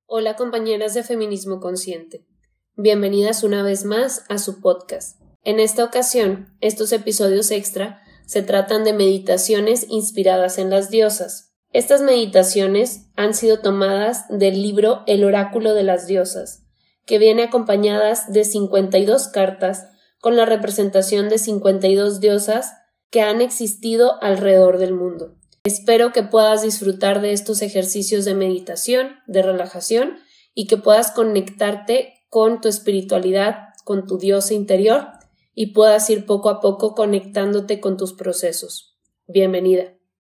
Hola compañeras de Feminismo Consciente, bienvenidas una vez más a su podcast. En esta ocasión, estos episodios extra se tratan de meditaciones inspiradas en las diosas. Estas meditaciones han sido tomadas del libro El Oráculo de las Diosas, que viene acompañadas de 52 cartas con la representación de 52 diosas que han existido alrededor del mundo. Espero que puedas disfrutar de estos ejercicios de meditación, de relajación y que puedas conectarte con tu espiritualidad, con tu diosa interior y puedas ir poco a poco conectándote con tus procesos. Bienvenida.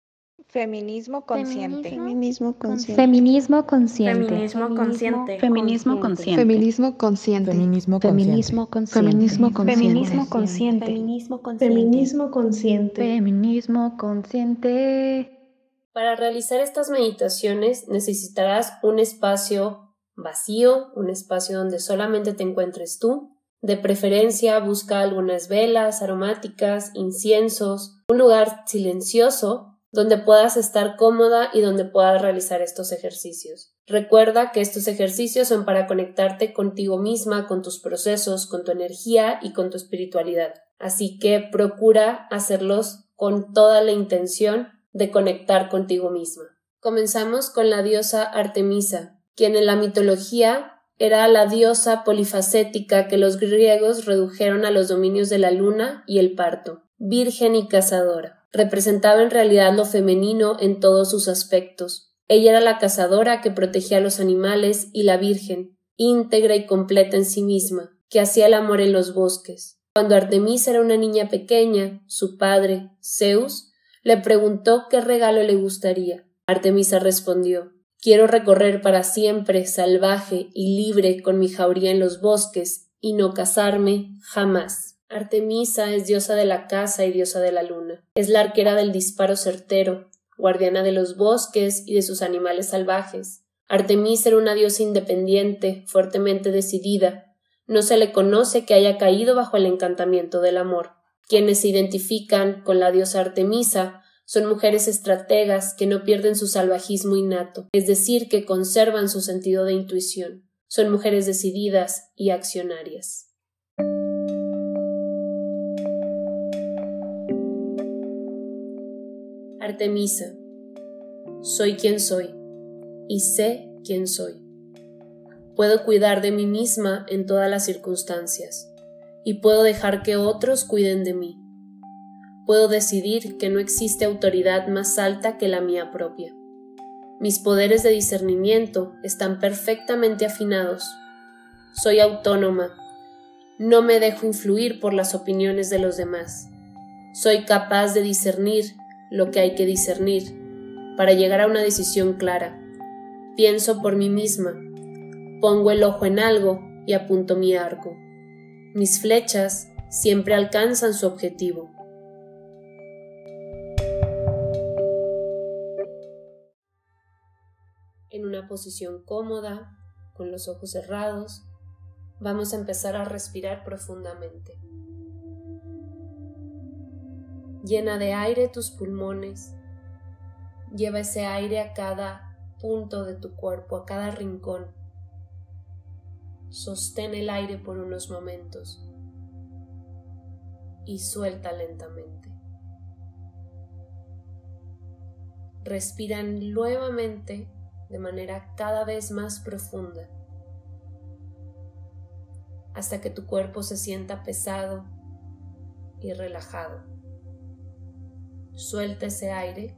Feminismo consciente. Feminismo consciente. Feminismo consciente. Feminismo consciente. Feminismo consciente. Feminismo consciente. Feminismo consciente. Feminismo consciente. Feminismo consciente. Feminismo consciente. Feminismo consciente. Feminismo consciente. Para realizar estas meditaciones necesitarás un espacio vacío, un espacio donde solamente te encuentres tú. De preferencia busca algunas velas aromáticas, inciensos, un lugar silencioso donde puedas estar cómoda y donde puedas realizar estos ejercicios. Recuerda que estos ejercicios son para conectarte contigo misma, con tus procesos, con tu energía y con tu espiritualidad. Así que procura hacerlos con toda la intención de conectar contigo misma. Comenzamos con la diosa Artemisa, quien en la mitología era la diosa polifacética que los griegos redujeron a los dominios de la luna y el parto, virgen y cazadora. Representaba en realidad lo femenino en todos sus aspectos. Ella era la cazadora que protegía a los animales y la virgen, íntegra y completa en sí misma, que hacía el amor en los bosques. Cuando Artemisa era una niña pequeña, su padre, Zeus, le preguntó qué regalo le gustaría. Artemisa respondió: «Quiero recorrer para siempre, salvaje y libre, con mi jauría en los bosques, y no casarme jamás». Artemisa es diosa de la caza y diosa de la luna. Es la arquera del disparo certero, guardiana de los bosques y de sus animales salvajes. Artemisa era una diosa independiente, fuertemente decidida. No se le conoce que haya caído bajo el encantamiento del amor. Quienes se identifican con la diosa Artemisa son mujeres estrategas que no pierden su salvajismo innato, es decir, que conservan su sentido de intuición. Son mujeres decididas y accionarias. Artemisa, soy quien soy y sé quién soy. Puedo cuidar de mí misma en todas las circunstancias y puedo dejar que otros cuiden de mí. Puedo decidir que no existe autoridad más alta que la mía propia. Mis poderes de discernimiento están perfectamente afinados. Soy autónoma. No me dejo influir por las opiniones de los demás. Soy capaz de discernir lo que hay que discernir para llegar a una decisión clara. Pienso por mí misma. Pongo el ojo en algo y apunto mi arco. Mis flechas siempre alcanzan su objetivo. En una posición cómoda, con los ojos cerrados, vamos a empezar a respirar profundamente. Llena de aire tus pulmones, lleva ese aire a cada punto de tu cuerpo, a cada rincón. Sostén el aire por unos momentos y suelta lentamente. Respira nuevamente de manera cada vez más profunda, hasta que tu cuerpo se sienta pesado y relajado. Suelta ese aire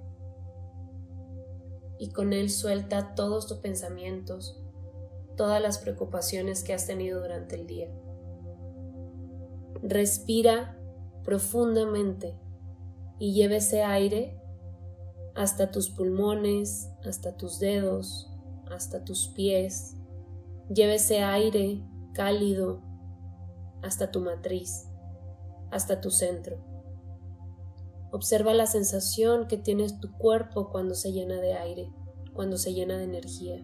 y con él suelta todos tus pensamientos, todas las preocupaciones que has tenido durante el día. Respira profundamente y lleva ese aire hasta tus pulmones, hasta tus dedos, hasta tus pies. Lleva ese aire cálido hasta tu matriz, hasta tu centro. Observa la sensación que tiene tu cuerpo cuando se llena de aire, cuando se llena de energía.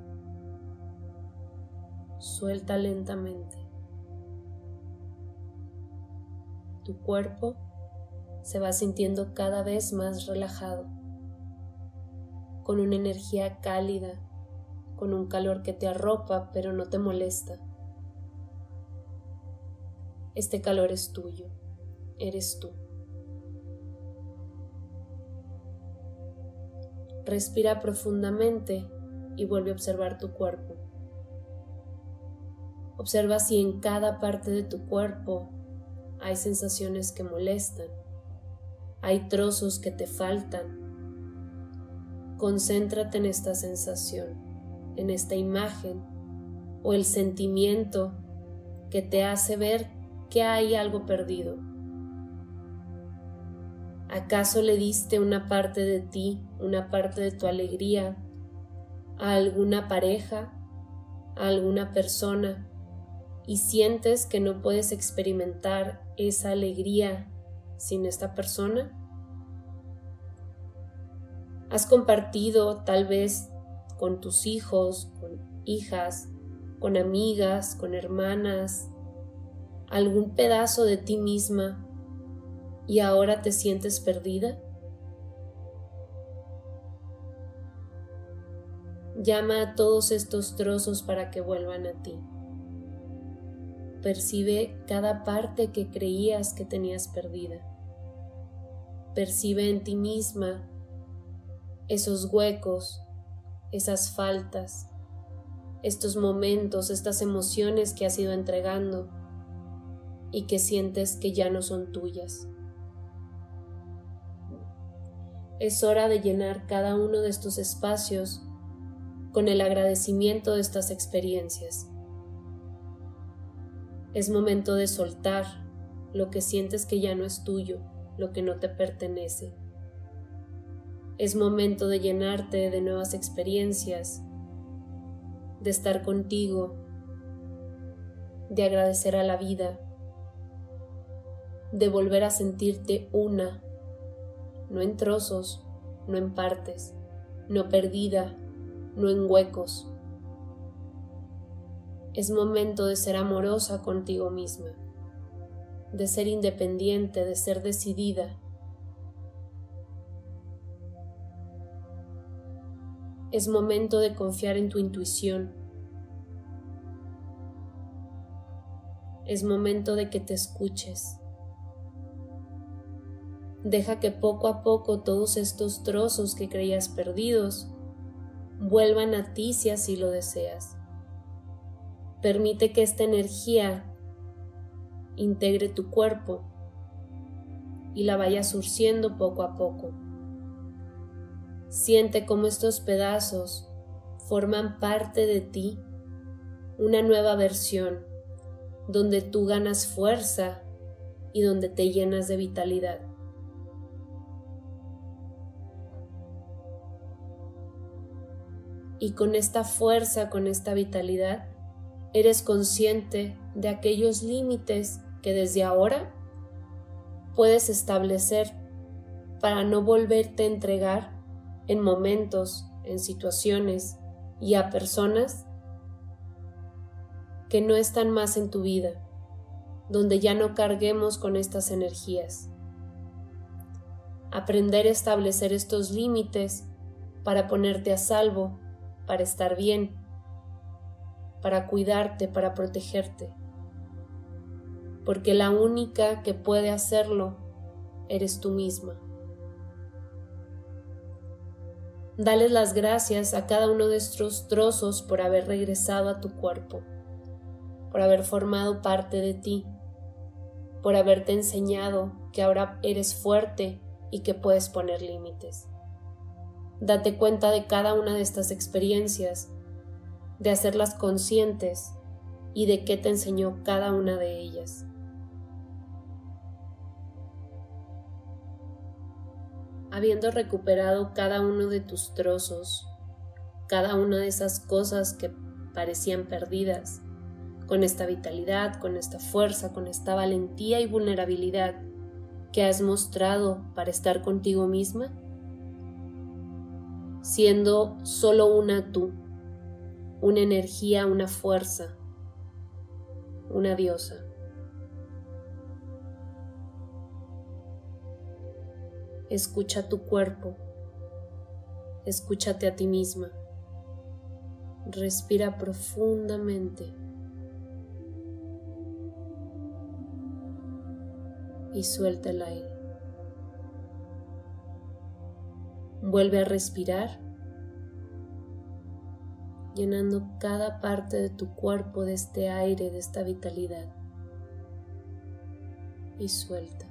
Suelta lentamente. Tu cuerpo se va sintiendo cada vez más relajado, con una energía cálida, con un calor que te arropa pero no te molesta. Este calor es tuyo, eres tú. Respira profundamente y vuelve a observar tu cuerpo. Observa si en cada parte de tu cuerpo hay sensaciones que molestan, hay trozos que te faltan. Concéntrate en esta sensación, en esta imagen o el sentimiento que te hace ver que hay algo perdido. ¿Acaso le diste una parte de ti, una parte de tu alegría a alguna pareja, a alguna persona y sientes que no puedes experimentar esa alegría sin esta persona? ¿Has compartido tal vez con tus hijos, con hijas, con amigas, con hermanas, algún pedazo de ti misma y ahora te sientes perdida? Llama a todos estos trozos para que vuelvan a ti. Percibe cada parte que creías que tenías perdida. Percibe en ti misma esos huecos, esas faltas, estos momentos, estas emociones que has ido entregando y que sientes que ya no son tuyas. Es hora de llenar cada uno de estos espacios con el agradecimiento de estas experiencias. Es momento de soltar lo que sientes que ya no es tuyo, lo que no te pertenece. Es momento de llenarte de nuevas experiencias, de estar contigo, de agradecer a la vida, de volver a sentirte una, no en trozos, no en partes, no perdida, no en huecos. Es momento de ser amorosa contigo misma, de ser independiente, de ser decidida. Es momento de confiar en tu intuición. Es momento de que te escuches. Deja que poco a poco todos estos trozos que creías perdidos vuelvan a ti si así lo deseas. Permite que esta energía integre tu cuerpo y la vaya surciendo poco a poco. Siente cómo estos pedazos forman parte de ti, una nueva versión, donde tú ganas fuerza y donde te llenas de vitalidad. Y con esta fuerza, con esta vitalidad, eres consciente de aquellos límites que desde ahora puedes establecer para no volverte a entregar en momentos, en situaciones y a personas que no están más en tu vida, donde ya no carguemos con estas energías. Aprender a establecer estos límites para ponerte a salvo, para estar bien, para cuidarte, para protegerte, porque la única que puede hacerlo eres tú misma. Dales las gracias a cada uno de estos trozos por haber regresado a tu cuerpo, por haber formado parte de ti, por haberte enseñado que ahora eres fuerte y que puedes poner límites. Date cuenta de cada una de estas experiencias, de hacerlas conscientes y de qué te enseñó cada una de ellas. Habiendo recuperado cada uno de tus trozos, cada una de esas cosas que parecían perdidas, con esta vitalidad, con esta fuerza, con esta valentía y vulnerabilidad que has mostrado para estar contigo misma, siendo solo una tú, una energía, una fuerza, una diosa. Escucha tu cuerpo, escúchate a ti misma. Respira profundamente y suelta el aire. Vuelve a respirar, llenando cada parte de tu cuerpo de este aire, de esta vitalidad. Y suelta.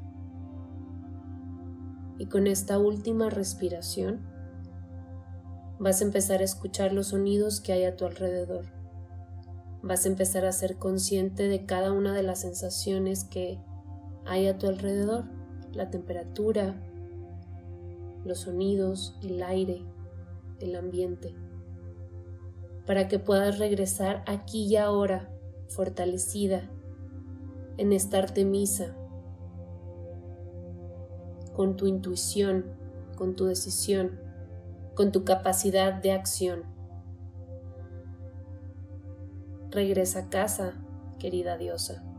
Y con esta última respiración vas a empezar a escuchar los sonidos que hay a tu alrededor. Vas a empezar a ser consciente de cada una de las sensaciones que hay a tu alrededor, la temperatura, los sonidos, el aire, el ambiente, para que puedas regresar aquí y ahora, fortalecida, en esta Artemisa, con tu intuición, con tu decisión, con tu capacidad de acción. Regresa a casa, querida diosa.